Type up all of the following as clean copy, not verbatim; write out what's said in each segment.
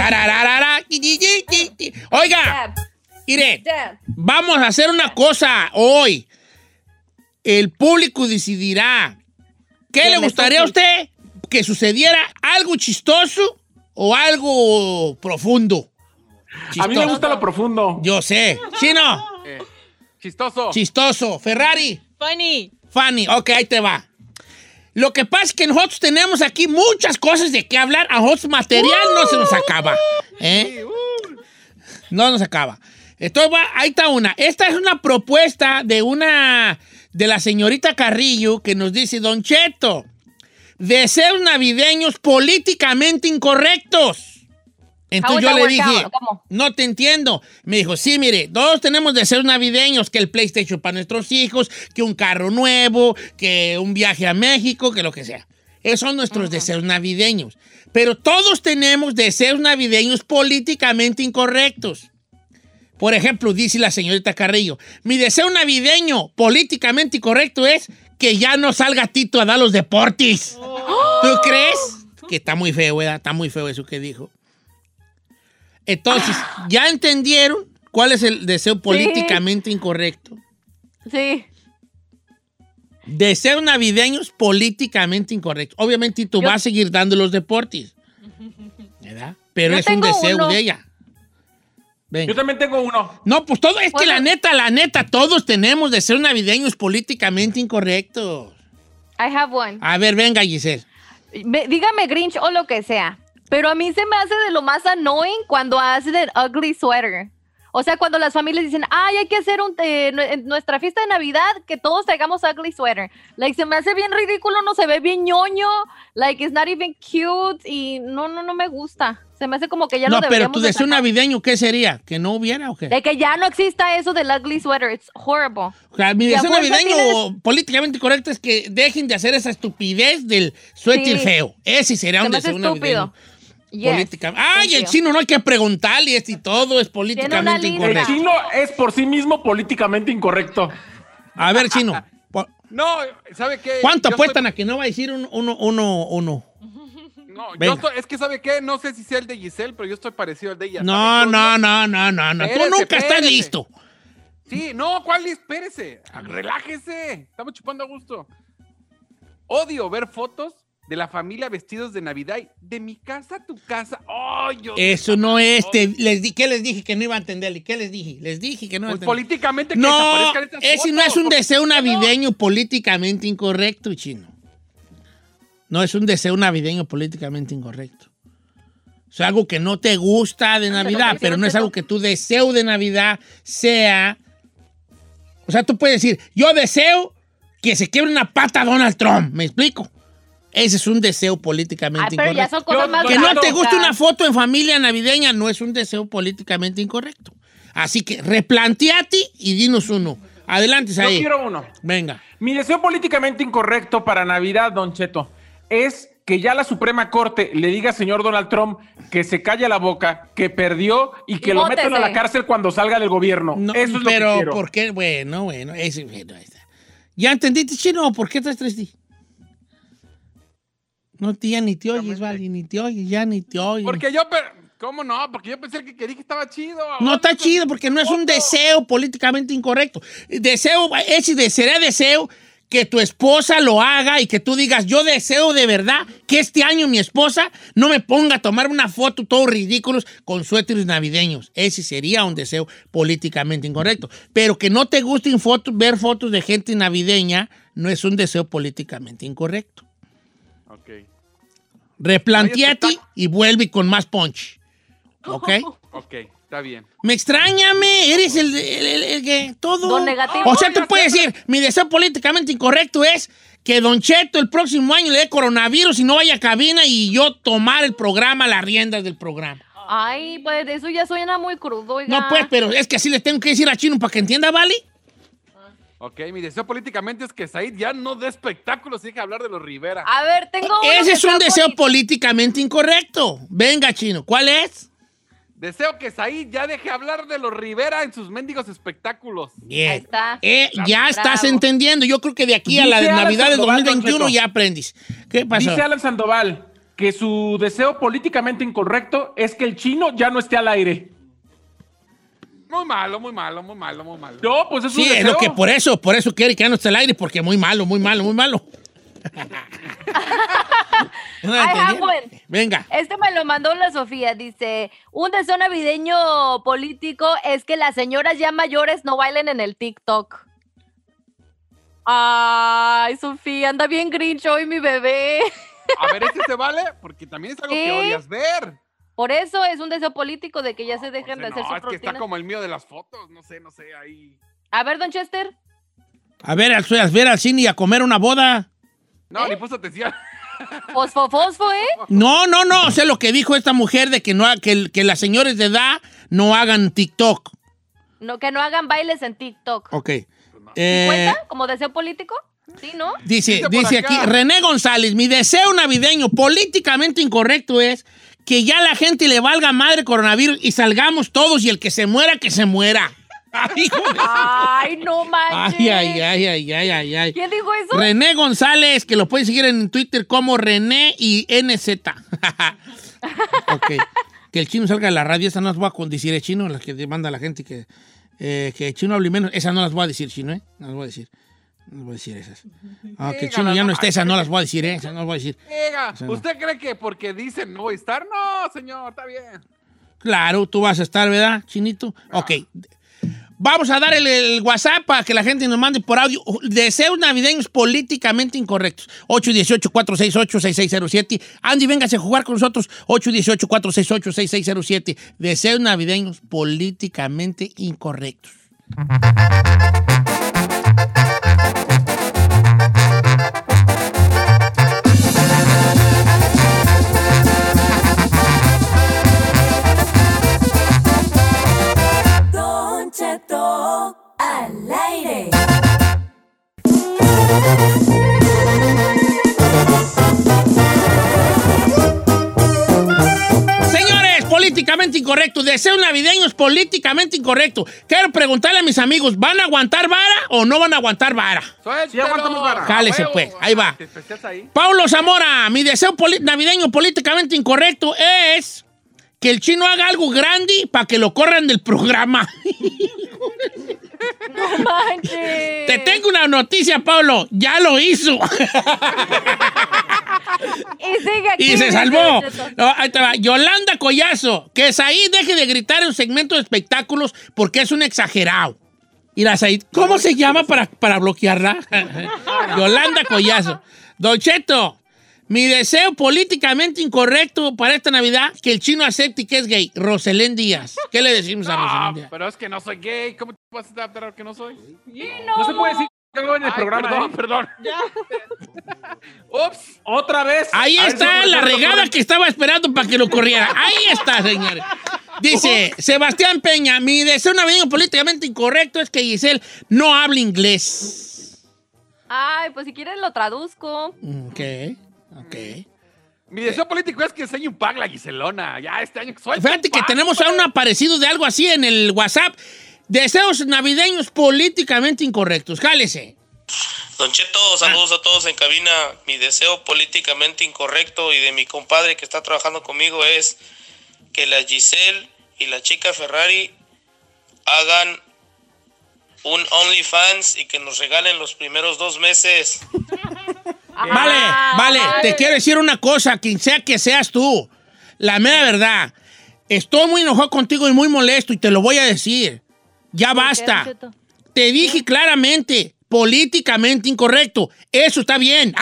Tarararara. Oiga, mire, vamos a hacer una cosa hoy. El público decidirá qué le gustaría a usted que sucediera, algo chistoso o algo profundo. A mí me gusta lo profundo. Yo sé. Chino. Chistoso. Chistoso. Ferrari. Funny. Ok, ahí te va. Lo que pasa es que nosotros tenemos aquí muchas cosas de qué hablar. A nosotros material no se nos acaba. No nos acaba. Entonces, ahí está una. Esta es una propuesta de la señorita Carrillo que nos dice, Don Cheto, deseos navideños políticamente incorrectos. Entonces yo le dije, no te entiendo. Me dijo, sí, mire, todos tenemos deseos navideños, que el PlayStation para nuestros hijos, que un carro nuevo, que un viaje a México, que lo que sea. Esos son nuestros deseos navideños. Pero todos tenemos deseos navideños políticamente incorrectos. Por ejemplo, dice la señorita Carrillo, mi deseo navideño políticamente incorrecto es que ya no salga Tito a dar los deportes. ¿Tú crees? Que está muy feo, ¿verdad? Está muy feo eso que dijo. Entonces, ¿ya entendieron cuál es el deseo políticamente incorrecto? Sí. Deseos navideños políticamente incorrectos. Obviamente tú vas a seguir dando los deportes, ¿verdad? Pero es un deseo de ella. Venga. Yo también tengo uno. No, pues todo, es que la neta, todos tenemos deseos navideños políticamente incorrectos. I have one. A ver, venga, Giselle. Dígame Grinch o lo que sea. Pero a mí se me hace de lo más annoying cuando hacen el ugly sweater. O sea, cuando las familias dicen, ay, hay que hacer en nuestra fiesta de Navidad que todos traigamos ugly sweater. Like, se me hace bien ridículo, no se ve bien ñoño. Like, it's not even cute. Y no me gusta. Se me hace como que ya lo deberíamos. No, pero tu deseo navideño, ¿qué sería? ¿Que no hubiera o qué? De que ya no exista eso del ugly sweater. It's horrible. O sea, mi deseo navideño políticamente correcto es que dejen de hacer esa estupidez del suéter feo. Ese sería un deseo navideño. Ay, el chino no hay que preguntarle y todo es políticamente incorrecto. El chino es por sí mismo políticamente incorrecto. A ver, chino. No, ¿sabe qué? ¿Cuánto apuestan a que no va a decir uno? No, es que ¿sabe qué? No sé si sea el de Giselle, pero yo estoy parecido al de ella. No. Tú nunca estás listo. Sí, no, ¿cuál? Espérese. Relájese. Estamos chupando a gusto. Odio ver fotos de la familia vestidos de Navidad. De mi casa a tu casa. Oh, eso no es. ¿Qué les dije que no iba a entenderle? ¿Qué les dije? Les dije que no iba a entender. Políticamente que no, desaparezcan estas ese fotos. No es un deseo navideño políticamente incorrecto, chino. No es un deseo navideño políticamente incorrecto. Es algo que no te gusta de Navidad, pero no es algo que tu deseo de Navidad sea. O sea, tú puedes decir, yo deseo que se quiebre una pata Donald Trump. ¿Me explico? Ese es un deseo políticamente incorrecto. Ya son cosas más que no te guste una foto en familia navideña no es un deseo políticamente incorrecto. Así que replanteate y dinos uno. Adelante, Saí. Yo quiero uno. Venga. Mi deseo políticamente incorrecto para Navidad, Don Cheto, es que ya la Suprema Corte le diga al señor Donald Trump que se calle la boca, que perdió y que lo metan a la cárcel cuando salga del gobierno. No, eso es lo que quiero. Pero, ¿por qué? Bueno. ¿Ya entendiste, chino? ¿Por qué estás triste? No, tía, ni te oyes, vale, ni te oyes, ya ni te oyes. Porque yo, ¿cómo no? Porque yo pensé que dije que estaba chido. No está chido porque no es un deseo políticamente incorrecto. Sería deseo que tu esposa lo haga y que tú digas, yo deseo de verdad que este año mi esposa no me ponga a tomar una foto todos ridículos con suéteres navideños. Ese sería un deseo políticamente incorrecto. Pero que no te gusten ver fotos de gente navideña no es un deseo políticamente incorrecto. Ok. Replanteate y vuelve con más punch. ¿Ok? Ok, está bien. Me extrañame, eres el que todo. Don negativo. O sea, tú puedes decir, mi deseo políticamente incorrecto es que Don Cheto el próximo año le dé coronavirus y no vaya a cabina y yo tomar el programa, las riendas del programa. Ay, pues eso ya suena muy crudo, oiga. No, pues, pero es que así le tengo que decir a Chino para que entienda, ¿vale? Ok, mi deseo políticamente es que Said ya no dé espectáculos y deje hablar de los Rivera. A ver, tengo uno. Ese es un deseo políticamente incorrecto. Venga, Chino, ¿cuál es? Deseo que Said ya deje hablar de los Rivera en sus mendigos espectáculos. Bien. Ahí está. Ya estás Bravo. entendiendo. Yo creo que de aquí a la Dice de Alan Navidad del Sandoval, 2021 Don Cheto. ya aprendis. ¿Qué pasó? Dice Alan Sandoval, que su deseo políticamente incorrecto es que el chino ya no esté al aire. Muy malo, muy malo, muy malo, muy malo. No, pues es un Sí, deseo. es lo que por eso quiere que ya no esté al aire, porque muy malo, muy malo, muy malo. ¿No I have entendieron? one. Venga. Este me lo mandó la Sofía. Dice, un deseo navideño político es que las señoras ya mayores no bailen en el TikTok. Ay, Sofía, anda bien grinch hoy mi bebé. A ver, ¿este se vale? Porque también es algo que ¿Qué? odias ver. Por eso es un deseo político de que ya se dejen de hacer No, su es que está rutina. como el mío de las fotos. No sé, ahí. A ver, Don Chester. A ver al cine y a comer una boda. No, ni puso atención. Fosfo, ¿eh? No, o sea, lo que dijo esta mujer de que, que las señores de edad no hagan TikTok. No, que no hagan bailes en TikTok. Ok. ¿Cuenta como deseo político? Sí, ¿no? Dice por acá. aquí, René González, mi deseo navideño políticamente incorrecto es que ya la gente le valga madre coronavirus y salgamos todos y el que se muera, que se muera. Ay, hijo de- Ay, no manches. ay. ¿Quién dijo eso? René González, que lo pueden seguir en Twitter como René y NZ. Ok. Que el chino salga de la radio, esa no las voy a decir, el chino, las que demanda la gente que el chino hable menos, esas no las voy a decir, chino, ¿eh? No las voy a decir. No les voy a decir esas. Que el chino ya no esté, esas no las voy a decir, ¿eh? Esas no las voy a decir. Oiga, O sea, no. ¿usted cree que porque dicen no voy a estar? No, señor, está bien. Claro, tú vas a estar, ¿verdad, chinito? Ok. Vamos a dar el WhatsApp para que la gente nos mande por audio deseos navideños políticamente incorrectos. 818-468-6607. Andy, véngase a jugar con nosotros. 818-468-6607. Deseos navideños políticamente incorrectos. Don Cheto al aire. Señores, políticamente incorrecto. Deseos navideños políticamente incorrecto. Quiero preguntarle a mis amigos, ¿van a aguantar vara o no van a aguantar vara? Sí, aguantamos vara. Cálese, pues. Ahí va. ¿Te especias ahí? Paulo Zamora, mi deseo navideño políticamente incorrecto es que el chino haga algo grande para que lo corran del programa. No manches. Te tengo una noticia, Pablo. Ya lo hizo. Y sigue aquí. Y se dice salvó. Don Cheto. No, ahí te va. Yolanda Collazo, que Said deje de gritar en un segmento de espectáculos porque es un exagerado. Mira, Said, ¿cómo se llama para bloquearla? Yolanda Collazo. Don Cheto, mi deseo políticamente incorrecto para esta Navidad, que el chino acepte que es gay. Roselén Díaz. ¿Qué le decimos a Roselén No, Díaz? pero es que no soy gay. ¿Cómo te vas a adaptar que no soy? No se puede decir algo en el Ay, programa. perdón. Ups. Otra vez. Ahí A ver está si la me regada acuerdo. que estaba esperando para que lo corriera. Ahí está, señores. Dice Sebastián Peña, mi deseo navideño políticamente incorrecto es que Giselle no hable inglés. Ay, pues si quieres lo traduzco. Ok. Mi deseo político es que enseñe un pack la Giselona. Ya este año suelta Fíjate un que pack, tenemos a hombre. un aparecido de algo así en el WhatsApp. Deseos navideños políticamente incorrectos. Jálese. Don Cheto, saludos a todos en cabina. Mi deseo políticamente incorrecto y de mi compadre que está trabajando conmigo es que la Giselle y la chica Ferrari hagan un OnlyFans y que nos regalen los primeros 2 meses. Vale. Te quiero decir una cosa, quien sea que seas tú. La mera verdad. Estoy muy enojado contigo y muy molesto y te lo voy a decir. Ya ¿Por qué, basta. Don Cheto? Te dije claramente, políticamente incorrecto. Eso está bien.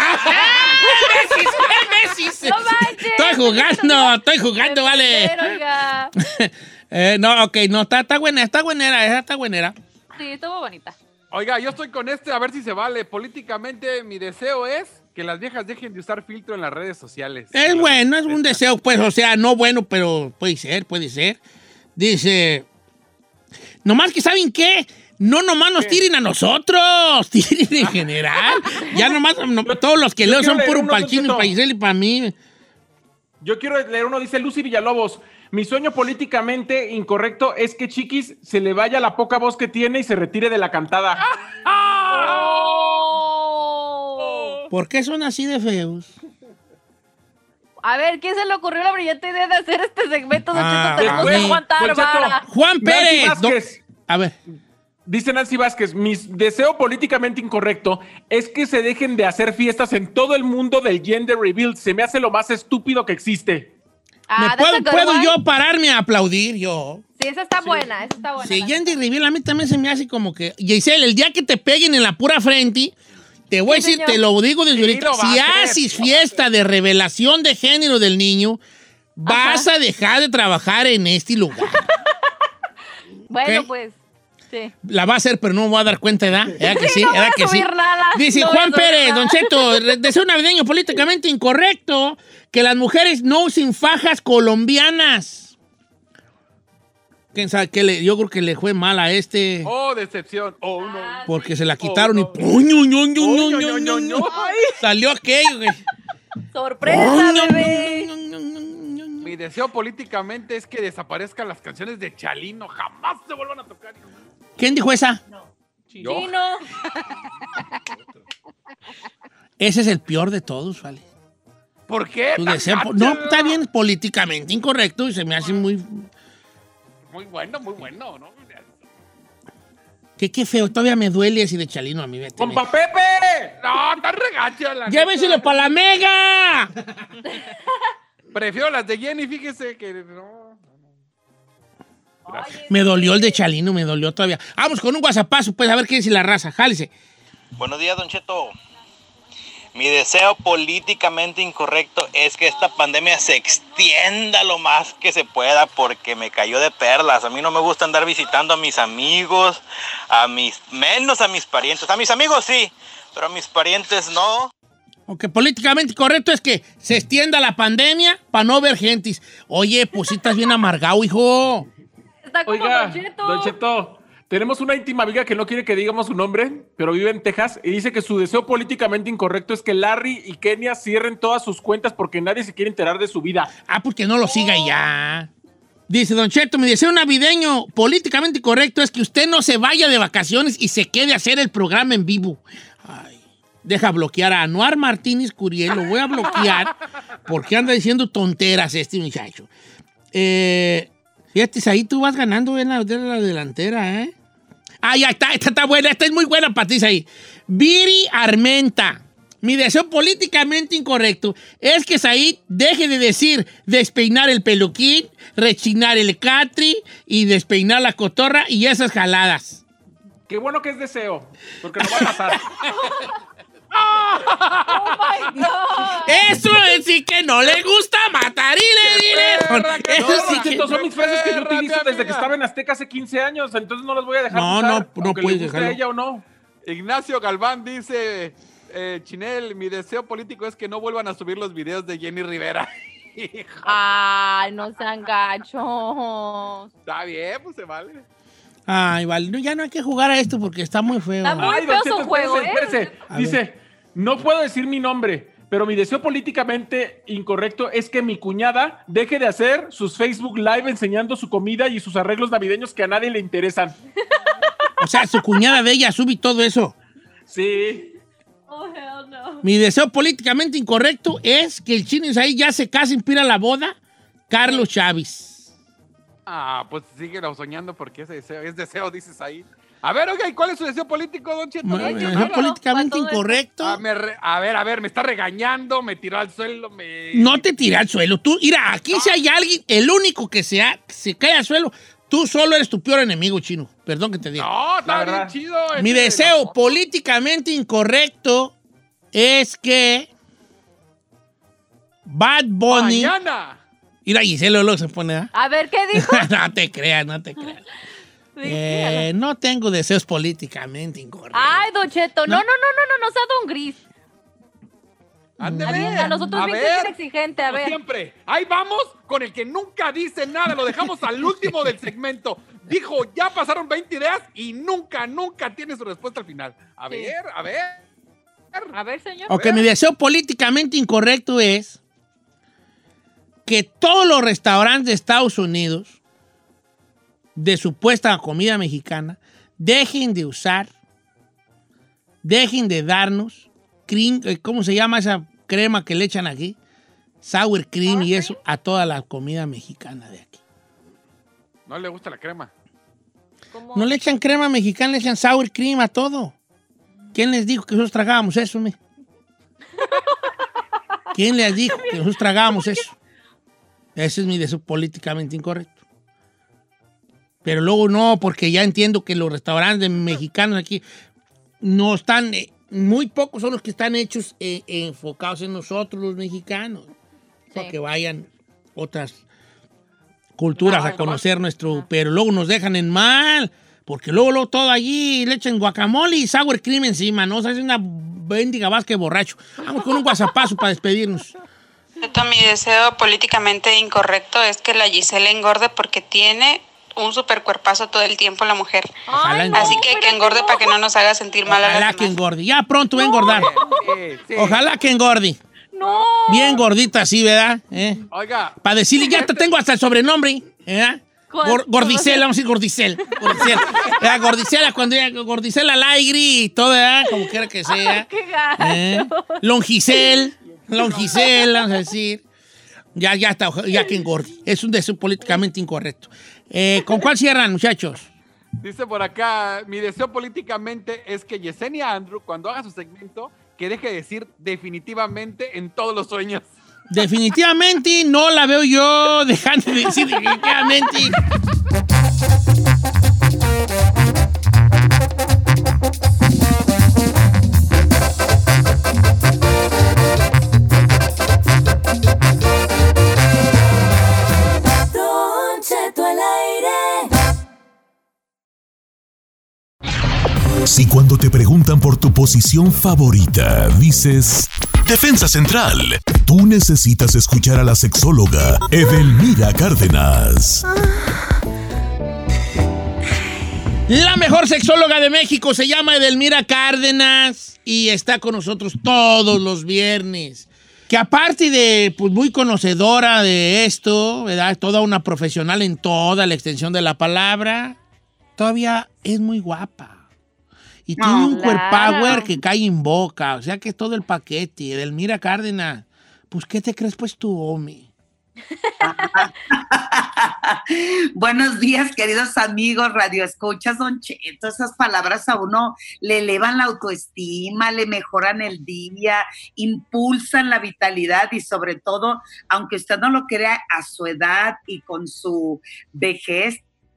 ¡Mésis! ¡No manches! Estoy jugando, vale. Pero, oiga. No, ok, no, está buena, está buenera. Sí, estuvo bonita. Oiga, yo estoy con a ver si se vale. Políticamente, mi deseo es que las viejas dejen de usar filtro en las redes sociales. Es bueno, es un deseo, pues, o sea, no bueno, pero puede ser. Dice, nomás que, ¿saben qué? No nomás nos tiren a nosotros, tiren en general. Ya nomás, todos los que yo leo quiero son leer puro uno, palchino, Don Cheto. para Giselle y para mí. Yo quiero leer uno, dice Lucy Villalobos. Mi sueño políticamente incorrecto es que Chiquis se le vaya la poca voz que tiene y se retire de la cantada. Oh. ¿Por qué son así de feos? A ver, ¿quién se le ocurrió la brillante idea de hacer este segmento? Don Cheto? Tenemos que después, aguantar, Don Cheto. vara. Juan Nancy Pérez. Vázquez. A ver. Dice Nancy Vázquez, mi deseo políticamente incorrecto es que se dejen de hacer fiestas en todo el mundo del gender reveal. Se me hace lo más estúpido que existe. That's a good ¿Puedo one. yo pararme a aplaudir yo? Sí, esa está buena, esa está buena. Sí, la gender reveal a mí también se me hace como que... Giselle, el día que te peguen en la pura frente, te voy a decir, señor. te lo digo desde Sí, ahorita, lo va si a hacer, haces lo va a fiesta de revelación de género del niño, vas a dejar de trabajar en este lugar. Bueno, ¿Ok? pues, sí. La va a hacer, pero no me voy a dar cuenta, ¿verdad? ¿Era que sí? no voy ¿Era a que sí? subir nada. Dice No voy a Juan subir Pérez, nada. Don Cheto, deseo navideño políticamente incorrecto que las mujeres no usen fajas colombianas. ¿Quién sabe qué yo creo que le fue mal a este Oh, decepción. Oh, no. porque se la quitaron no. y ¡puño, ño, ño, Oh, ño, ño, ño, ño, ño! ño. Salió aquello, güey. Sorpresa, bebé. Mi deseo políticamente es que desaparezcan las canciones de Chalino. Jamás se vuelvan a tocar. ¿Quién dijo esa? Yo. Chino. Ese es el peor de todos, ¿vale? ¿Por qué? Tu tan deseo gacho? no, está bien políticamente incorrecto y se me hace muy... Muy bueno, ¿no? Qué feo, todavía me duele así de Chalino a mí. Vete, ¡Compa Pepe! No, tan regacha la ¡Llévenselo neta. para la mega! Prefiero las de Jenny, fíjese que no. Oye, Me dolió el de Chalino, me dolió todavía. Vamos con un guasapazo, pues, a ver qué dice la raza. Jálese. Buenos días, Don Cheto. Mi deseo políticamente incorrecto es que esta pandemia se extienda lo más que se pueda porque me cayó de perlas. A mí no me gusta andar visitando a mis amigos, menos a mis parientes. A mis amigos sí, pero a mis parientes no. Aunque políticamente correcto es que se extienda la pandemia para no ver gentis. Oye, pues sí estás bien amargado, hijo. está como Oiga, Don Cheto. Don Cheto, tenemos una íntima amiga que no quiere que digamos su nombre, pero vive en Texas y dice que su deseo políticamente incorrecto es que Larry y Kenia cierren todas sus cuentas porque nadie se quiere enterar de su vida. Ah, pues que no lo siga ya. Dice Don Cheto, mi deseo navideño políticamente correcto es que usted no se vaya de vacaciones y se quede a hacer el programa en vivo. Ay, deja bloquear a Anuar Martínez Curiel, lo voy a bloquear porque anda diciendo tonteras este muchacho. Fíjate, ahí tú vas ganando en la delantera, ¿eh? Ah, ya está, esta está buena, esta es muy buena para ti ahí. Viri Armenta. Mi deseo políticamente incorrecto es que Said deje de decir despeinar el peluquín, rechinar el catri y despeinar la cotorra y esas jaladas. Qué bueno que es deseo, porque no va a pasar. Oh my God. Eso es sí que no le gusta matar y le Eso No, sí Don que... Cheto, son mis frases que yo Perra, utilizo mi desde que amiga. estaba en Azteca hace 15 años, entonces no las voy a dejar No, usar, no aunque puedes le guste dejarlo. a ella o no. Ignacio Galván dice, Chinel, mi deseo político es que no vuelvan a subir los videos de Jenny Rivera. Hija, Ay, no sean gachos. está bien, pues se vale. Ay, vale, no, ya no hay que jugar a esto porque está muy feo. Está muy Ay, feo Don su Cheto, juego, espérese. A Dice, no puedo decir mi nombre, pero mi deseo políticamente incorrecto es que mi cuñada deje de hacer sus Facebook Live enseñando su comida y sus arreglos navideños que a nadie le interesan. O sea, su cuñada de ella sube todo eso. Sí. Oh, hell no. Mi deseo políticamente incorrecto es que el chino ahí ya se case y pida la boda Carlos Chávez. Ah, pues síguelo soñando porque ese deseo, es deseo, dices ahí. A ver, oiga, ¿y cuál es su deseo político, Don Cheto? Mi No, deseo nada. políticamente Para todo incorrecto. A ver, me está regañando, me tiró al suelo, No te tiré al suelo. Tú, mira, aquí si hay alguien, el único que se cae al suelo, tú solo eres tu peor enemigo, chino. Perdón que te diga. No, está La bien verdad. chido. Mi ese- deseo no. políticamente incorrecto es que Bad Bunny... Mañana. Mira, Giselle luego se pone... ¿ah? A ver, ¿qué dijo? No te creas, no te creas. No tengo deseos políticamente incorrectos. Ay, Don Cheto, no sea Don Gris. Ándele. Está bien, a nosotros A bien ver, exigente, a como ver. siempre. Ahí vamos con el que nunca dice nada. Lo dejamos al último del segmento. Dijo, ya pasaron 20 ideas y nunca tiene su respuesta al final. A Sí. ver, a ver. A ver, señor. Ok, mi deseo políticamente incorrecto es que todos los restaurantes de Estados Unidos de supuesta comida mexicana dejen de usar, dejen de darnos, ¿cómo se llama esa crema que le echan aquí? sour cream y eso a toda la comida mexicana de aquí. No le gusta la crema. ¿Cómo? No le echan crema mexicana, le echan sour cream a todo. ¿Quién les dijo que nosotros tragábamos eso, me? ¿Quién les dijo que nosotros tragábamos eso? Ese es mi deseo políticamente incorrecto. Pero luego no, porque ya entiendo que los restaurantes mexicanos aquí no están, muy pocos son los que están hechos enfocados en nosotros, los mexicanos. Sí. Para que vayan otras culturas a conocer nuestro, pero luego nos dejan en mal, porque luego todo allí le echan guacamole y sour cream encima, ¿no? O sea, es una bendiga vasca de borracho. Vamos con un guasapazo para despedirnos. Mi deseo políticamente incorrecto es que la Giselle engorde porque tiene un super cuerpazo todo el tiempo la mujer. Ojalá engorde. Así que engorde para que no nos haga sentir mal a Ojalá las que demás. engorde. Ya pronto va a engordar. Sí. Ojalá que engorde. No. Bien gordita así, ¿verdad? Oiga, Para decirle, ya te tengo hasta el sobrenombre. Gordicela, vamos a decir Gordicel. Gordicela, cuando ya Gordicela al aire y todo, ¿verdad? Como quiera que sea. Qué gacho. Longicel, vamos a decir. Ya está, ya que engorde. Es un deseo políticamente incorrecto. ¿Con cuál cierran, muchachos? dice por acá, mi deseo políticamente es que Yesenia Andrew, cuando haga su segmento, que deje de decir definitivamente en todos los sueños. Definitivamente no la veo yo dejando de decir definitivamente. Don Cheto al aire. Si cuando te preguntan por tu posición favorita, dices Defensa Central, tú necesitas escuchar a la sexóloga Edelmira Cárdenas. La mejor sexóloga de México se llama Edelmira Cárdenas y está con nosotros todos los viernes. Que aparte de, pues, muy conocedora de esto, ¿verdad? Toda una profesional en toda la extensión de la palabra, todavía es muy guapa. Y tiene un cuerpower que cae en boca. O sea que es todo el paquete. Edelmira Cárdenas, pues, ¿qué te crees, pues, tú, hombre? Buenos días, queridos amigos, radioescuchas, Don Cheto. Esas palabras a uno le elevan la autoestima, le mejoran el día, impulsan la vitalidad y sobre todo, aunque usted no lo crea, a su edad y con su vejez.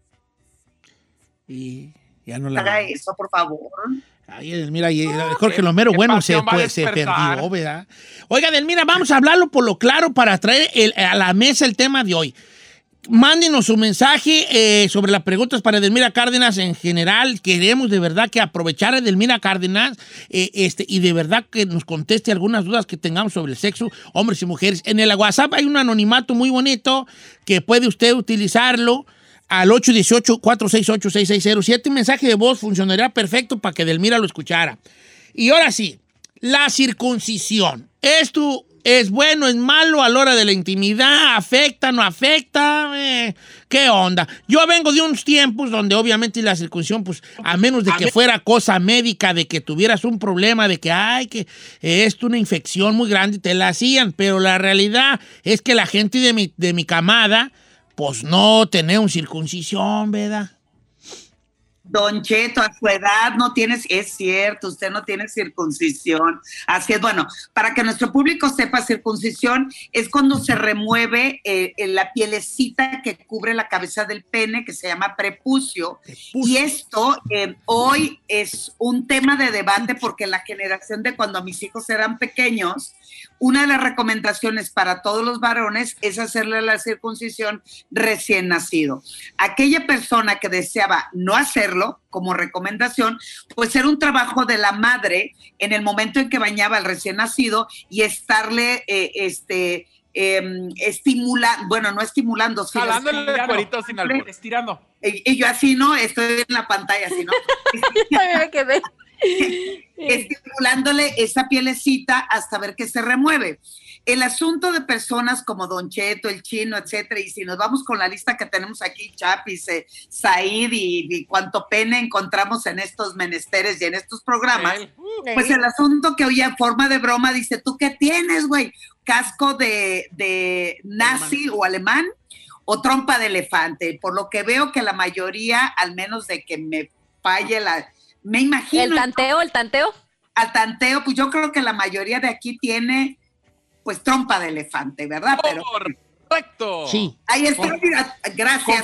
Y ya no la haga veo. eso, por favor. Ay, Edelmira, mejor que lo mero bueno se perdió, ¿verdad? Oiga, Edelmira, vamos a hablarlo por lo claro para traer a la mesa el tema de hoy. Mándenos su mensaje sobre las preguntas para Edelmira Cárdenas en general. Queremos de verdad que aprovechar a Edelmira Cárdenas y de verdad que nos conteste algunas dudas que tengamos sobre el sexo, hombres y mujeres. En el WhatsApp hay un anonimato muy bonito que puede usted utilizarlo al 818-468-6607. Un mensaje de voz funcionaría perfecto para que Edelmira lo escuchara. Y ahora sí, la circuncisión. ¿Esto es bueno, es malo a la hora de la intimidad? ¿Afecta, no afecta? ¿Qué onda? Yo vengo de unos tiempos donde obviamente la circuncisión, pues, a menos de que fuera cosa médica, de que tuvieras un problema, de que, que es una infección muy grande, te la hacían. Pero la realidad es que la gente de mi camada, pues no tenía un circuncisión, ¿verdad? Don Cheto, a su edad no tienes, es cierto, usted no tiene circuncisión. Así es, bueno, para que nuestro público sepa, circuncisión es cuando se remueve la pielecita que cubre la cabeza del pene, que se llama prepucio. Y esto hoy es un tema de debate porque la generación de cuando mis hijos eran pequeños, una de las recomendaciones para todos los varones es hacerle la circuncisión recién nacido. Aquella persona que deseaba no hacerlo, como recomendación, pues era un trabajo de la madre en el momento en que bañaba al recién nacido y estarle estimulando, bueno, no estimulando, sino jalándole el cuerito sin albur. Estirando. Y yo así, ¿no? Estoy en la pantalla, así, ¿no? Me quedé. Estimulándole esa pielecita hasta ver que se remueve. el asunto de personas como Don Cheto, el Chino, etcétera, y si nos vamos con la lista que tenemos aquí, Chapis, Said y cuánto pene encontramos en estos menesteres y en estos programas, pues el asunto que hoy en forma de broma dice, ¿tú qué tienes, güey? ¿Casco de nazi o alemán o trompa de elefante? Por lo que veo que la mayoría, al menos de que me falle me imagino. ¿El tanteo? Al tanteo, pues yo creo que la mayoría de aquí tiene pues trompa de elefante, ¿verdad? Pero correcto. Sí. Ahí está, mira, gracias.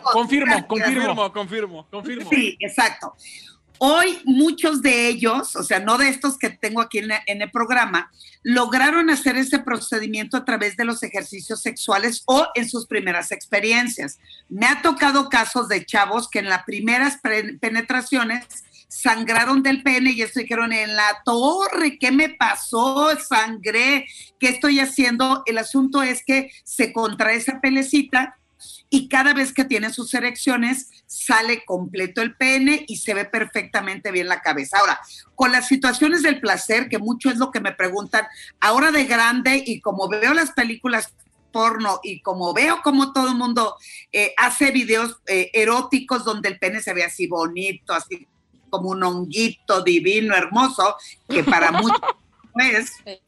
Confirmo. Sí, exacto. Hoy muchos de ellos, o sea, no de estos que tengo aquí en el programa, lograron hacer ese procedimiento a través de los ejercicios sexuales o en sus primeras experiencias. Me ha tocado casos de chavos que en las primeras penetraciones sangraron del pene y eso dijeron, en la torre, ¿qué me pasó? Sangré, ¿qué estoy haciendo? El asunto es que se contrae esa pelecita y cada vez que tiene sus erecciones sale completo el pene y se ve perfectamente bien la cabeza. Ahora, con las situaciones del placer, que mucho es lo que me preguntan, ahora de grande y como veo las películas porno y como veo como todo el mundo hace videos eróticos donde el pene se ve así bonito, así como un honguito divino, hermoso, que para muchos es.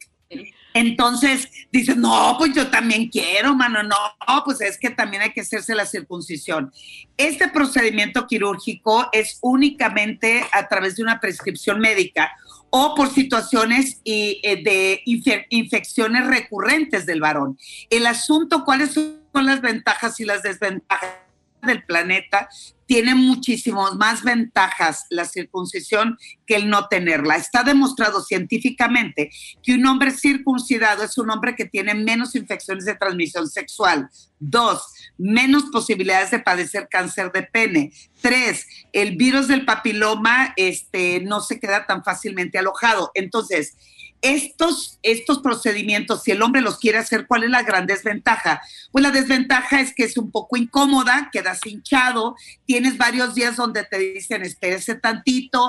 Entonces dicen, no, pues yo también quiero, mano, no, pues es que también hay que hacerse la circuncisión. Este procedimiento quirúrgico es únicamente a través de una prescripción médica o por situaciones de infecciones recurrentes del varón. El asunto, ¿cuáles son las ventajas y las desventajas del planeta? Tiene muchísimas más ventajas la circuncisión que el no tenerla. Está demostrado científicamente que un hombre circuncidado es un hombre que tiene menos infecciones de transmisión sexual. 2, menos posibilidades de padecer cáncer de pene. 3, el virus del papiloma no se queda tan fácilmente alojado. Entonces, estos procedimientos, si el hombre los quiere hacer, ¿cuál es la gran desventaja? Pues la desventaja es que es un poco incómoda, quedas hinchado, tienes varios días donde te dicen, espérese tantito,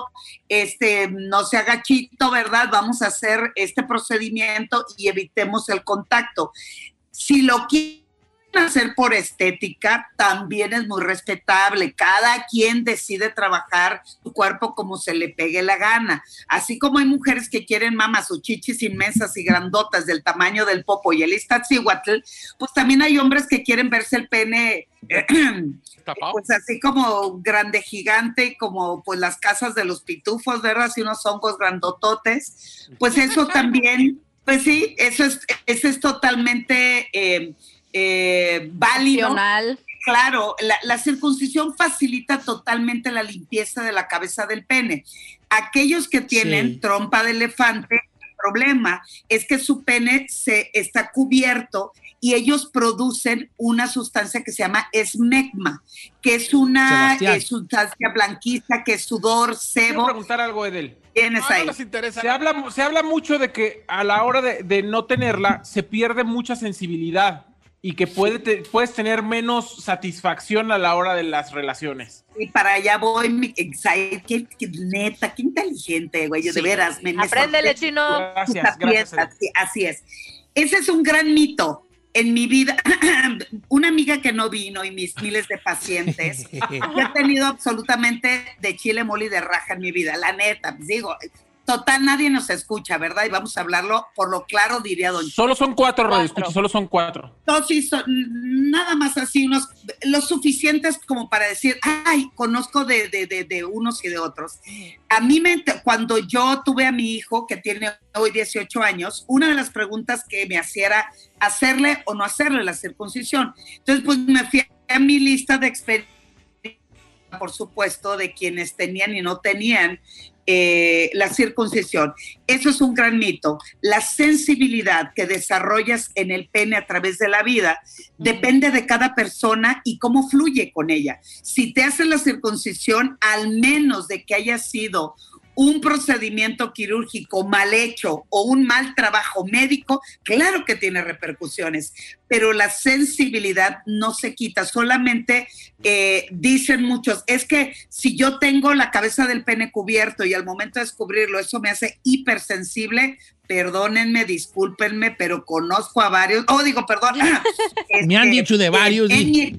no se haga chito, ¿verdad? Vamos a hacer este procedimiento y evitemos el contacto. Si lo quieren hacer por estética, también es muy respetable. Cada quien decide trabajar su cuerpo como se le pegue la gana. Así como hay mujeres que quieren mamas o chichis inmensas y grandotas del tamaño del popo y el iztaccíhuatl, pues también hay hombres que quieren verse el pene pues así como grande, gigante, como pues las casas de los pitufos, ¿verdad? Así unos hongos grandototes. Pues eso también, pues sí, eso es totalmente válido. Claro, la circuncisión facilita totalmente la limpieza de la cabeza del pene. Aquellos que tienen trompa de elefante, el problema es que su pene está cubierto y ellos producen una sustancia que se llama esmegma, que es una sustancia blanquiza, que es sudor, sebo. Quiero preguntar algo, Edel. ¿Tienes ahí? No nos interesa. Se habla mucho de que a la hora de no tenerla se pierde mucha sensibilidad y que puedes tener menos satisfacción a la hora de las relaciones. Y para allá voy, qué neta, qué inteligente, güey, de veras. Apréndele, Chino. Gracias. Así es. Ese es un gran mito. En mi vida, una amiga que no vino y mis miles de pacientes, yo he tenido absolutamente de chile, mole y de raja en mi vida, la neta, pues digo, total, nadie nos escucha, ¿verdad? Y vamos a hablarlo por lo claro, diría don Chino. Solo son 4, radioescuchas, solo son 4. No, sí, nada más así, los suficientes como para decir, ay, conozco de unos y de otros. A mí, cuando yo tuve a mi hijo, que tiene hoy 18 años, una de las preguntas que me hacía era hacerle o no hacerle la circuncisión. Entonces, pues me fui a mi lista de experiencias, por supuesto, de quienes tenían y no tenían la circuncisión. Eso es un gran mito. La sensibilidad que desarrollas en el pene a través de la vida depende de cada persona y cómo fluye con ella. Si te haces la circuncisión, al menos de que haya sido un procedimiento quirúrgico mal hecho o un mal trabajo médico, claro que tiene repercusiones, pero la sensibilidad no se quita. Solamente dicen muchos, es que si yo tengo la cabeza del pene cubierto y al momento de descubrirlo eso me hace hipersensible, perdónenme, discúlpenme, pero conozco a varios, me han dicho de varios.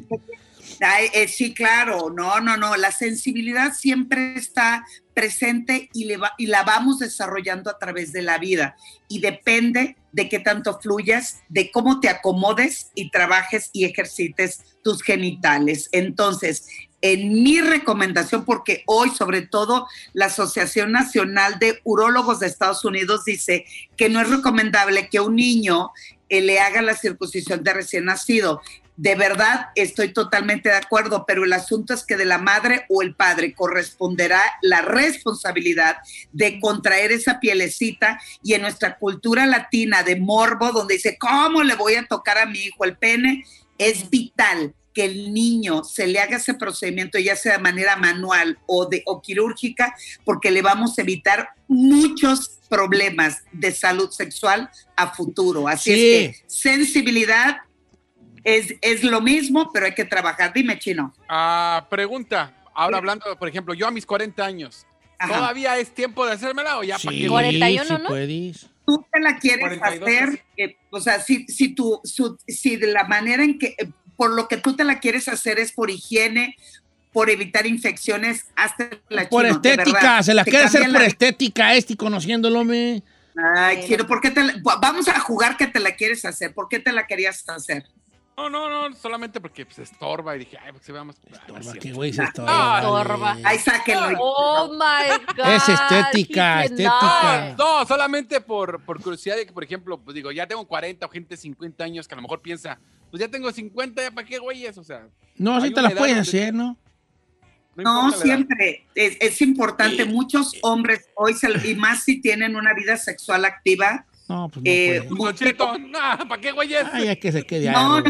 Sí, claro, no, la sensibilidad siempre está presente y la vamos desarrollando a través de la vida y depende de qué tanto fluyas, de cómo te acomodes y trabajes y ejercites tus genitales. Entonces, en mi recomendación, porque hoy sobre todo la Asociación Nacional de Urólogos de Estados Unidos dice que no es recomendable que un niño le haga la circuncisión de recién nacido. De verdad, estoy totalmente de acuerdo, pero el asunto es que de la madre o el padre corresponderá la responsabilidad de contraer esa pielecita, y en nuestra cultura latina de morbo, donde dice, ¿cómo le voy a tocar a mi hijo el pene? Es vital que el niño se le haga ese procedimiento, ya sea de manera manual o quirúrgica, porque le vamos a evitar muchos problemas de salud sexual a futuro. Así es que sensibilidad es lo mismo, pero hay que trabajar. Dime, Chino. Pregunta. Ahora hablando, por ejemplo, yo a mis 40 años, ¿todavía es tiempo de hacérmela o ya para qué? 41, ¿no? Puedes. Tú te la quieres 42, hacer, o sea, si de la manera en que, por lo que tú te la quieres hacer es por higiene, por evitar infecciones, hasta la por Chino, estética, se la quiere hacer por estética, conociéndolo, me. Ay, Chino, ¿por qué vamos a jugar que te la quieres hacer? ¿Por qué te la querías hacer? No, solamente porque pues estorba y dije, pues se vea más. Estorba, qué güey se estorba. Ahí sáquenlo. Oh my God. Es estética. No, solamente por curiosidad de que, por ejemplo, pues digo, ya tengo 40 o gente de 50 años que a lo mejor piensa, pues ya tengo 50, ¿ya para qué güeyes? O sea. No, sí te la puedes hacer, ¿no? No, siempre. Es importante. Muchos hombres hoy, y más si tienen una vida sexual activa. No, pues no ¿para qué güey es? Ay, es que se quede No,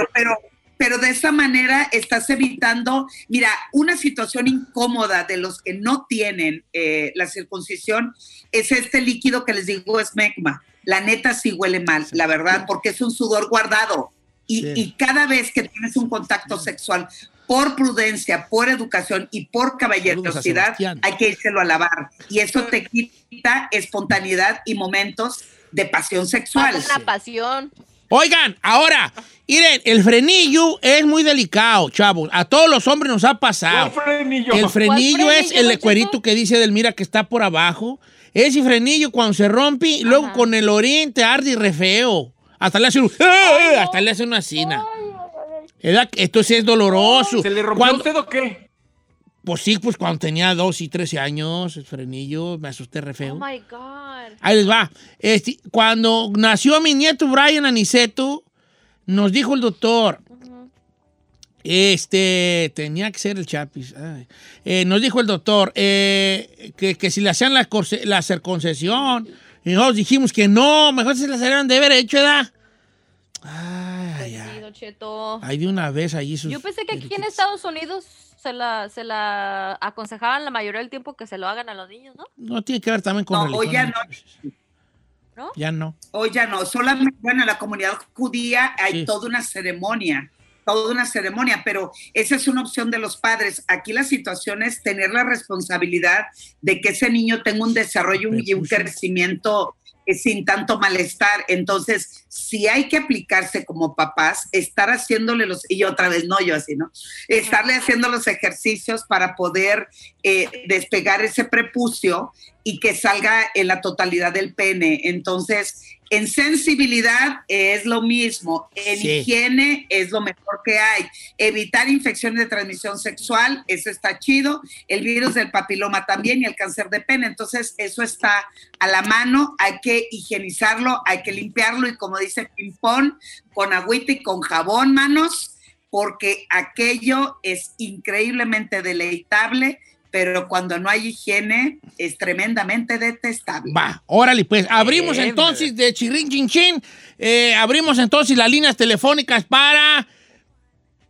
pero de esa manera estás evitando, mira, una situación incómoda de los que no tienen la circuncisión es este líquido que les digo, esmegma. La neta sí huele mal, la verdad, porque es un sudor guardado. Y cada vez que tienes un contacto sexual, por prudencia, por educación y por caballerosidad, hay que írselo a lavar. Y eso te quita espontaneidad y momentos de pasión sexual. La pasión. Oigan, ahora, miren, el frenillo es muy delicado, chavos. A todos los hombres nos ha pasado. El frenillo es el cuerito que dice Delmira que está por abajo. Ese frenillo cuando se rompe, y luego con el orín te arde y re feo. Hasta le hace una cina. Esto sí es doloroso. ¿Se le rompió a usted o qué? Pues sí, pues cuando tenía 12 y 13 años, el frenillo, me asusté re feo. Oh my God. Ahí les va. Cuando nació mi nieto Brian Aniceto, nos dijo el doctor, tenía que ser el Chapis. Nos dijo el doctor que si le hacían la circuncisión, y nosotros dijimos que no, mejor se la hicieran de haber hecho, ¿verdad? Ay. Ay, de una vez allí. Yo pensé que aquí en Estados Unidos se la aconsejaban la mayoría del tiempo que se lo hagan a los niños, ¿no? No, tiene que ver también con religión. Hoy ya no. ¿No? Ya no. Hoy ya no. Solamente, bueno, en la comunidad judía hay toda una ceremonia, pero esa es una opción de los padres. Aquí la situación es tener la responsabilidad de que ese niño tenga un desarrollo y un crecimiento sin tanto malestar. Entonces, si hay que aplicarse como papás, estar haciéndole estarle haciendo los ejercicios para poder despegar ese prepucio y que salga en la totalidad del pene. Entonces, en sensibilidad es lo mismo, en higiene es lo mejor que hay. Evitar infecciones de transmisión sexual, eso está chido. El virus del papiloma también y el cáncer de pene. Entonces, eso está a la mano, hay que higienizarlo, hay que limpiarlo y como dice Pimpón, con agüita y con jabón, manos, porque aquello es increíblemente deleitable, pero cuando no hay higiene es tremendamente detestable. Va, órale, pues abrimos entonces de chirrin chin chin, abrimos entonces las líneas telefónicas para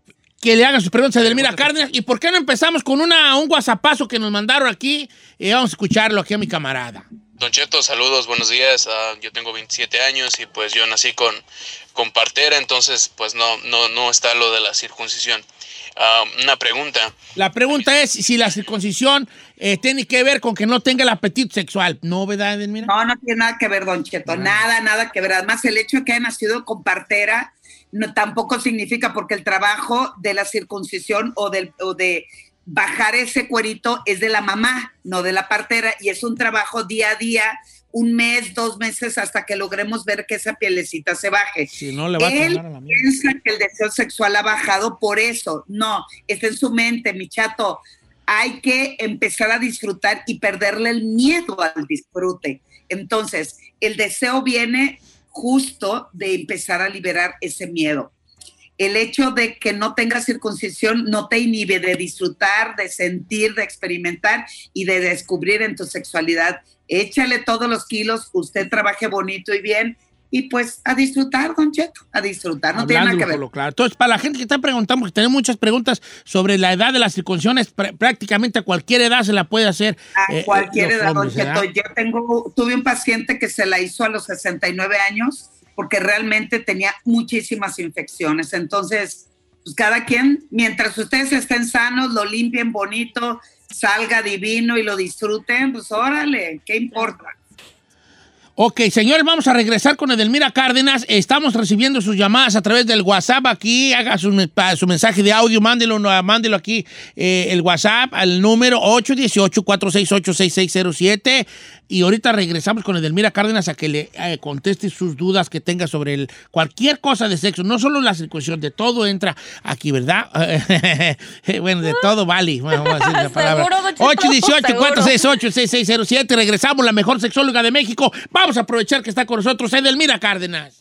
que le hagan sus preguntas a Edelmira Cárdenas. ¿Y por qué no empezamos con un whatsappazo que nos mandaron aquí? Vamos a escucharlo aquí a mi camarada. Don Cheto, saludos, buenos días. Yo tengo 27 años y pues yo nací con partera, entonces pues no está lo de la circuncisión. Una pregunta. La pregunta es si la circuncisión tiene que ver con que no tenga el apetito sexual. ¿No, verdad, Edelmira? No tiene nada que ver, don Cheto. Nada que ver. Además, el hecho de que haya nacido con partera tampoco significa, porque el trabajo de la circuncisión o de bajar ese cuerito es de la mamá, no de la partera, y es un trabajo día a día, 1 mes, 2 meses, hasta que logremos ver que esa pielecita se baje. Si no, le va Él a a la mía. piensa que el deseo sexual ha bajado por eso. No, está en su mente, mi chato. Hay que empezar a disfrutar y perderle el miedo al disfrute. Entonces, el deseo viene justo de empezar a liberar ese miedo. El hecho de que no tengas circuncisión no te inhibe de disfrutar, de sentir, de experimentar y de descubrir en tu sexualidad. Échale todos los kilos, usted trabaje bonito y bien, y pues a disfrutar, don Cheto, a disfrutar, no tiene nada que ver. Claro. Entonces, para la gente que está preguntando, porque tenemos muchas preguntas sobre la edad de la circuncisión, prácticamente a cualquier edad se la puede hacer. A cualquier edad, hombres, don Cheto. Yo tuve un paciente que se la hizo a los 69 años, porque realmente tenía muchísimas infecciones. Entonces, pues cada quien, mientras ustedes estén sanos, lo limpien bonito, salga divino y lo disfruten, pues órale, ¿qué importa? Ok, señores, vamos a regresar con Edelmira Cárdenas. Estamos recibiendo sus llamadas a través del WhatsApp aquí. Haga su mensaje de audio, mándelo aquí, el WhatsApp al número 818-468-6607. Y ahorita regresamos con Edelmira Cárdenas a que le conteste sus dudas que tenga sobre cualquier cosa de sexo. No solo la circuncisión, de todo entra aquí, ¿verdad? Bueno, de todo vale. Vamos a decir la palabra. 818-468-6607. Regresamos, la mejor sexóloga de México. Vamos a aprovechar que está con nosotros Edelmira Cárdenas.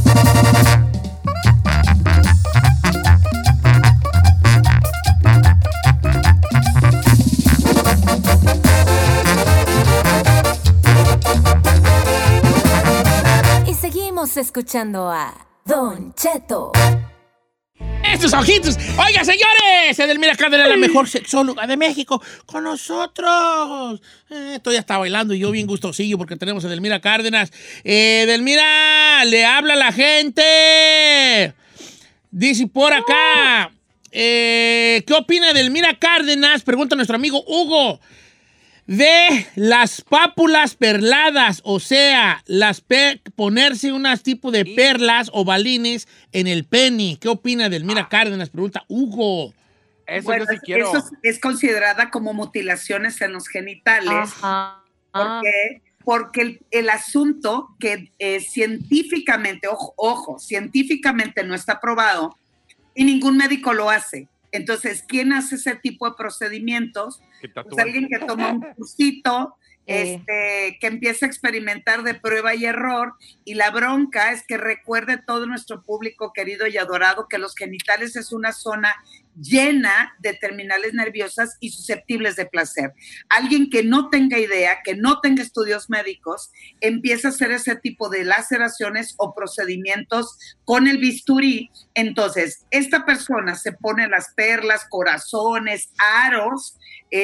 Y seguimos escuchando a Don Cheto. ¡Estos ojitos! ¡Oiga, señores! Edelmira Cárdenas, la mejor sexóloga de México, con nosotros. Esto ya está bailando y yo bien gustosillo porque tenemos a Edelmira Cárdenas. Edelmira, le habla la gente. Dice por acá, ¿qué opina Edelmira Cárdenas? Pregunta nuestro amigo Hugo. De las pápulas perladas, o sea, ponerse unas tipo de perlas o balines en el pene. ¿Qué opina Edelmira Cárdenas? Pregunta Hugo. Eso bueno, yo sí quiero. Eso es considerada como mutilaciones en los genitales. Ajá. Porque el asunto que científicamente, ojo, científicamente no está probado y ningún médico lo hace. Entonces, ¿quién hace ese tipo de procedimientos? Pues alguien que toma un cursito, que empieza a experimentar de prueba y error, y la bronca es que recuerde todo nuestro público querido y adorado que los genitales es una zona llena de terminales nerviosas y susceptibles de placer. Alguien que no tenga idea, que no tenga estudios médicos, empieza a hacer ese tipo de laceraciones o procedimientos con el bisturí. Entonces, esta persona se pone las perlas, corazones, aros,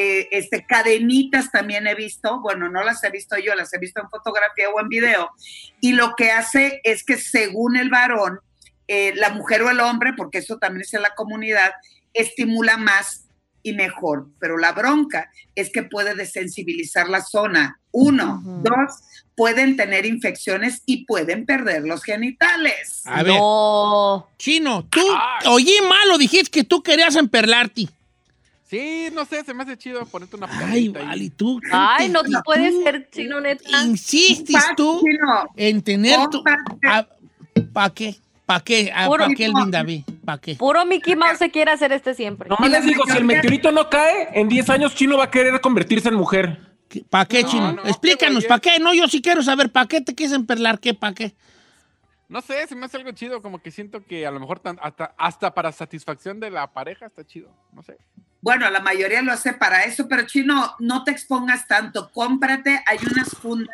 cadenitas también he visto, bueno, no las he visto yo, las he visto en fotografía o en video, y lo que hace es que según el varón, la mujer o el hombre, porque eso también es en la comunidad, estimula más y mejor, pero la bronca es que puede desensibilizar la zona. 1, 2, pueden tener infecciones y pueden perder los genitales. A ver, Chino, tú oí mal o dijiste que tú querías emperlarte. Sí, no sé, se me hace chido ponerte una Ay, vale, tú. Ay, no te puedes ser chino, neta. Insistes tú en tener tu... ¿Para qué? ¿Para qué? ¿Para qué el David? ¿Para qué? Puro Mickey Mouse se quiere hacer siempre. Nomás les digo, si el meteorito no cae, en 10 años Chino va a querer convertirse en mujer. ¿Para qué, Chino? Explícanos, ¿para qué? No, yo sí quiero saber, ¿para qué te quieres emperlar? ¿Qué? ¿Para qué? No sé, se me hace algo chido, como que siento que a lo mejor hasta para satisfacción de la pareja está chido, no sé. Bueno, la mayoría lo hace para eso, pero Chino, no te expongas tanto. Cómprate, hay unas fundas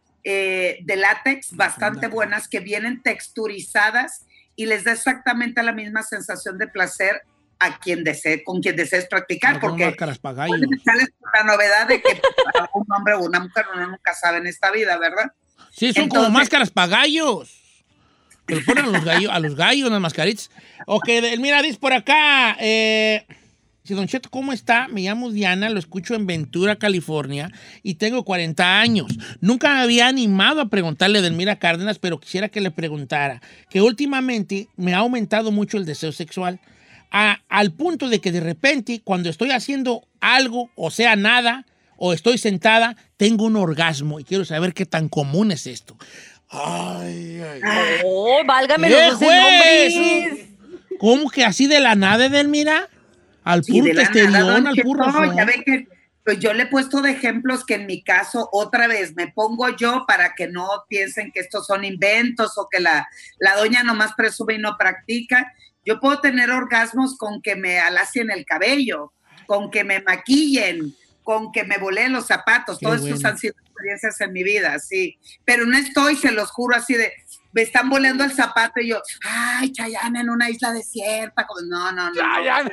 de látex bastante buenas que vienen texturizadas y les da exactamente la misma sensación de placer a quien desee, con quien desees practicar, porque máscaras pa' gallo. sales con la novedad de que para un hombre o una mujer uno nunca sabe en esta vida, ¿verdad? Sí, son como máscaras pa' gallos. Que lo ponen a los gallos, las mascaritas. Ok, mira, dice por acá, si Don Cheto, ¿cómo está? Me llamo Diana, lo escucho en Ventura, California, y tengo 40 años. Nunca me había animado a preguntarle a Edelmira Cárdenas, pero quisiera que le preguntara, que últimamente me ha aumentado mucho el deseo sexual, al punto de que de repente, cuando estoy haciendo algo, o sea, nada, o estoy sentada, tengo un orgasmo, y quiero saber qué tan común es esto. Ay. ¡Oh, válgame ¿Qué los nombres! ¿Cómo que así de la nada, Edelmira? Al puro testerión, al puro no, ya ve que pues yo le he puesto de ejemplos que en mi caso, otra vez, me pongo yo para que no piensen que estos son inventos o que la doña nomás presume y no practica. Yo puedo tener orgasmos con que me alacien el cabello, con que me maquillen, con que me voleen los zapatos. Todos estos han sido experiencias en mi vida, sí. Pero no estoy, se los juro, así de, me están volando el zapato y yo, ay, Chayanne en una isla desierta. No. Chayanne.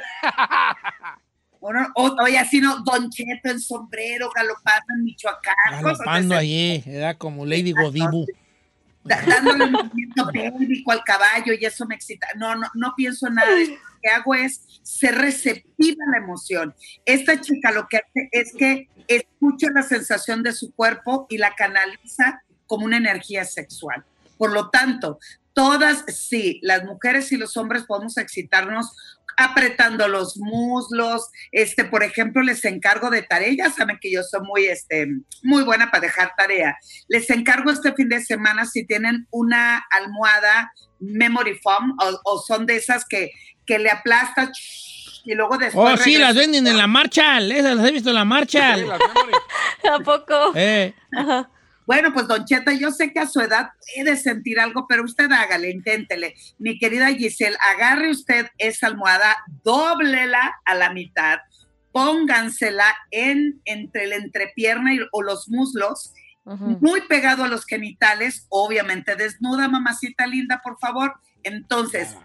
Oye, así no, Don Cheto en sombrero, galopando en Michoacán. Galopando allí, era como Lady Godibu. Dándole un movimiento pélvico al caballo y eso me excita. No pienso en nada de eso. Lo que hago es ser receptiva a la emoción. Esta chica lo que hace es que escucha la sensación de su cuerpo y la canaliza como una energía sexual. Por lo tanto, todas, sí, las mujeres y los hombres podemos excitarnos apretando los muslos, por ejemplo, les encargo de tarea, ya saben que yo soy muy buena para dejar tarea. Les encargo este fin de semana si tienen una almohada memory foam o son de esas que le aplastas y luego después... Oh, sí, las venden en la Marshall, esas las he visto en la Marshall. Sí, ¿a poco? Ajá. Bueno, pues Don Cheto, yo sé que a su edad puede sentir algo, pero usted hágale, inténtele. Mi querida Giselle, agarre usted esa almohada, dóblela a la mitad, póngansela entre la entrepierna o los muslos, muy pegado a los genitales, obviamente desnuda, mamacita linda, por favor. Entonces,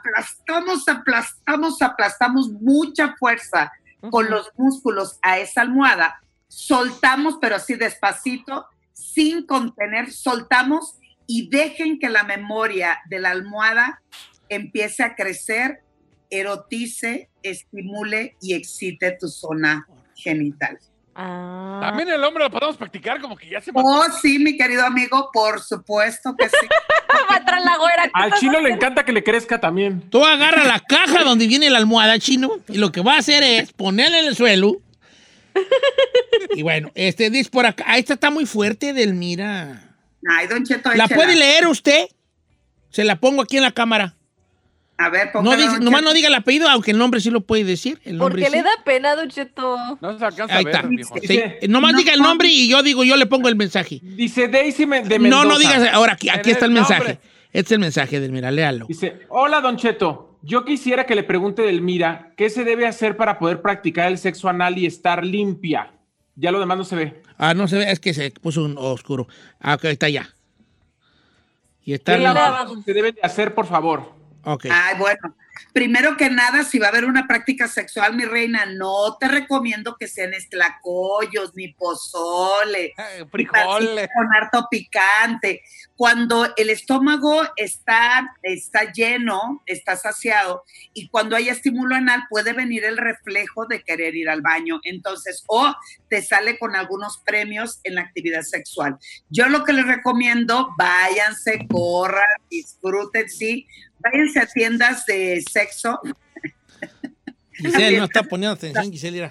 aplastamos mucha fuerza con los músculos a esa almohada, soltamos, pero así despacito, sin contener, soltamos y dejen que la memoria de la almohada empiece a crecer, erotice, estimule y excite tu zona genital. También el hombre lo podemos practicar como que ya se... Oh, sí, mi querido amigo, por supuesto que sí. Al chino le encanta que le crezca también. Tú agarra la caja donde viene la almohada, chino, y lo que va a hacer es ponerla en el suelo. Y bueno, dice por acá, esta está muy fuerte, Edelmira. Ay, Don Cheto, ¿la puede leer usted? Se la pongo aquí en la cámara. A ver, póngala. Nomás no diga el apellido, aunque el nombre sí lo puede decir. ¿Por qué le da pena, Don Cheto? No se alcanza ahí a ver, está. viejo. Sí. Nomás diga el nombre y yo le pongo el mensaje. Dice Daisy de Mendoza. No digas, ahora aquí está el mensaje. Este es el mensaje, Edelmira, léalo. Dice, hola, Don Cheto. Yo quisiera que le pregunte a Edelmira qué se debe hacer para poder practicar el sexo anal y estar limpia. Ya lo demás no se ve. No se ve, es que se puso un oscuro. Ok, está ya. Y está ¿Qué lavado se debe de hacer, por favor? Ok. Ay, bueno. Primero que nada, si va a haber una práctica sexual, mi reina, no te recomiendo que sean tlacoyos, ni pozole, frijoles, con harto picante. Cuando el estómago está lleno, está saciado, y cuando hay estímulo anal puede venir el reflejo de querer ir al baño. Entonces, te sale con algunos premios en la actividad sexual. Yo lo que les recomiendo, váyanse, corran, disfruten, sí, váyanse a tiendas de sexo. Giselle no está poniendo atención, Giselle.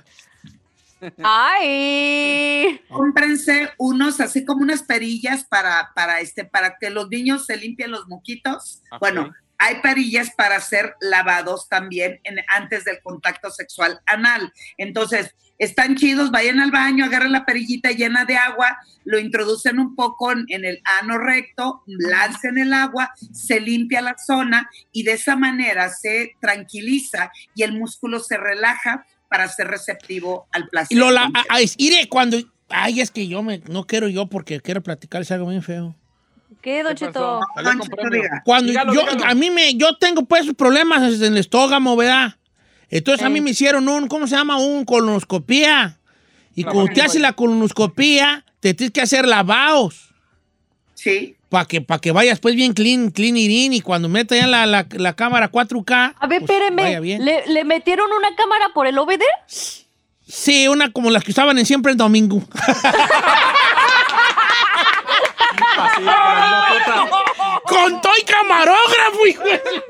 ¡Ay! Cómprense unos, así como unas perillas para que los niños se limpien los moquitos. Okay. Bueno, hay perillas para hacer lavados también antes del contacto sexual anal. Entonces, están chidos, vayan al baño, agarren la perillita llena de agua, lo introducen un poco en el ano recto, lancen el agua, se limpia la zona y de esa manera se tranquiliza y el músculo se relaja para ser receptivo al placer. Es que no quiero yo porque quiero platicar, es algo bien feo. ¿Qué, Don Cheto? Cuando yo tengo pues problemas en el estómago, ¿verdad? Entonces a mí me hicieron ¿cómo se llama? Colonoscopía. Y cuando te haces la colonoscopía, te tienes que hacer lavados. Sí. Para que vayas pues bien clean y cuando meta ya la cámara 4K. A ver, pues, espéreme. vaya bien. ¿Le metieron una cámara por el OBD? Sí, una como las que usaban en Siempre el Domingo. Con todo y camarógrafo, hijo.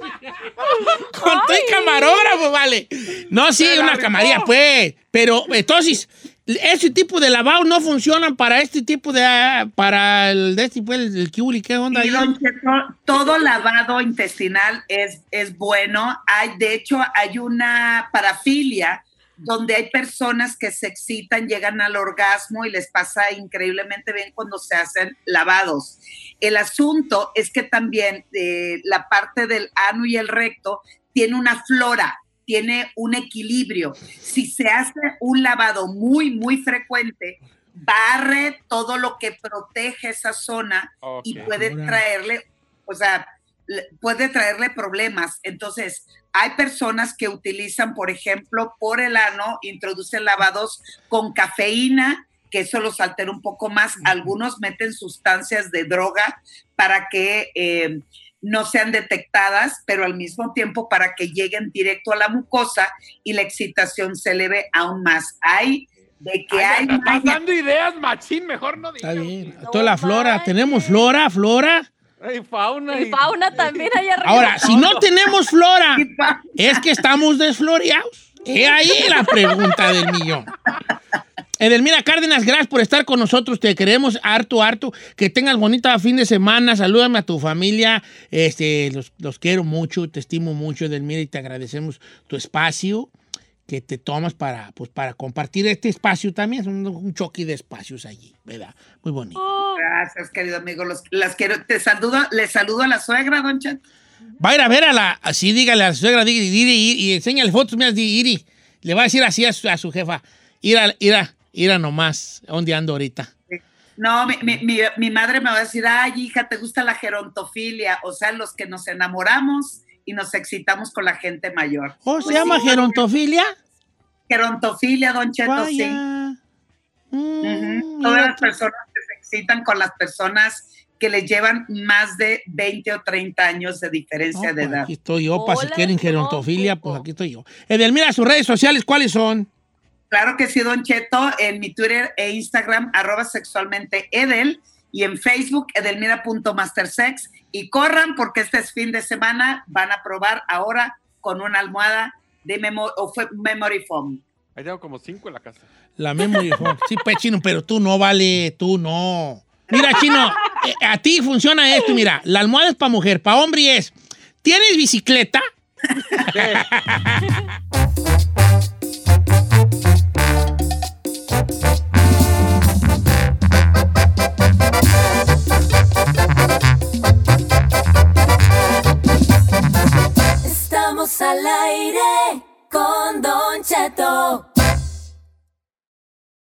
Con todo y camarógrafo, vale. No, sí, una camarilla, pues. Pero entonces, ese tipo de lavado no funcionan para este tipo de. Para el kiwi, ¿qué onda ahí? Todo lavado intestinal es bueno. De hecho, hay una parafilia donde hay personas que se excitan, llegan al orgasmo y les pasa increíblemente bien cuando se hacen lavados. El asunto es que también la parte del ano y el recto tiene una flora, tiene un equilibrio. Si se hace un lavado muy, muy frecuente, barre todo lo que protege esa zona y puede traerle, puede traerle problemas. Entonces, hay personas que utilizan, por ejemplo, por el ano, introducen lavados con cafeína, que eso los altera un poco más. Algunos meten sustancias de droga para que no sean detectadas, pero al mismo tiempo para que lleguen directo a la mucosa y la excitación se eleve aún más. Hay estás dando ideas, machín, mejor no digas. Está bien. Toda la flora. ¿Tenemos flora? Y fauna. Y fauna también hay arriba. Ahora, si no tenemos flora, es que estamos desfloreados. Es ahí la pregunta del millón. Edelmira Cárdenas, gracias por estar con nosotros. Te queremos harto. Que tengas bonita fin de semana. Salúdame a tu familia. Los quiero mucho, te estimo mucho, Edelmira, y te agradecemos tu espacio que te tomas para compartir este espacio también. Es un choque de espacios allí, ¿verdad? Muy bonito. Gracias, querido amigo. Las quiero. Les saludo a la suegra, don Chet. Va a ir a ver así, dígale a la suegra, y enséñale fotos mías de Iri. Le va a decir así a su jefa. Ira nomás, ¿dónde ando ahorita? No, mi madre me va a decir, ay, hija, ¿te gusta la gerontofilia? O sea, los que nos enamoramos y nos excitamos con la gente mayor. ¿Oh, se llama gerontofilia? Gerontofilia, don Cheto, Vaya. sí. Todas las personas que se excitan con las personas que les llevan más de 20 o 30 años de diferencia de edad. Aquí estoy yo, para si quieren gerontofilia, pues aquí estoy yo. Edelmira, sus redes sociales, ¿cuáles son? Claro que sí, don Cheto, en mi Twitter e Instagram, @sexualmenteedel, y en Facebook, edelmira.mastersex. Y corran, porque este es fin de semana, van a probar ahora con una almohada de Memory Foam. Ahí tengo como 5 en la casa. La Memory Foam. Sí, pues, Chino, pero tú no, vale, tú no. Mira, Chino, a ti funciona esto, mira, la almohada es para mujer, para hombre es, ¿tienes bicicleta?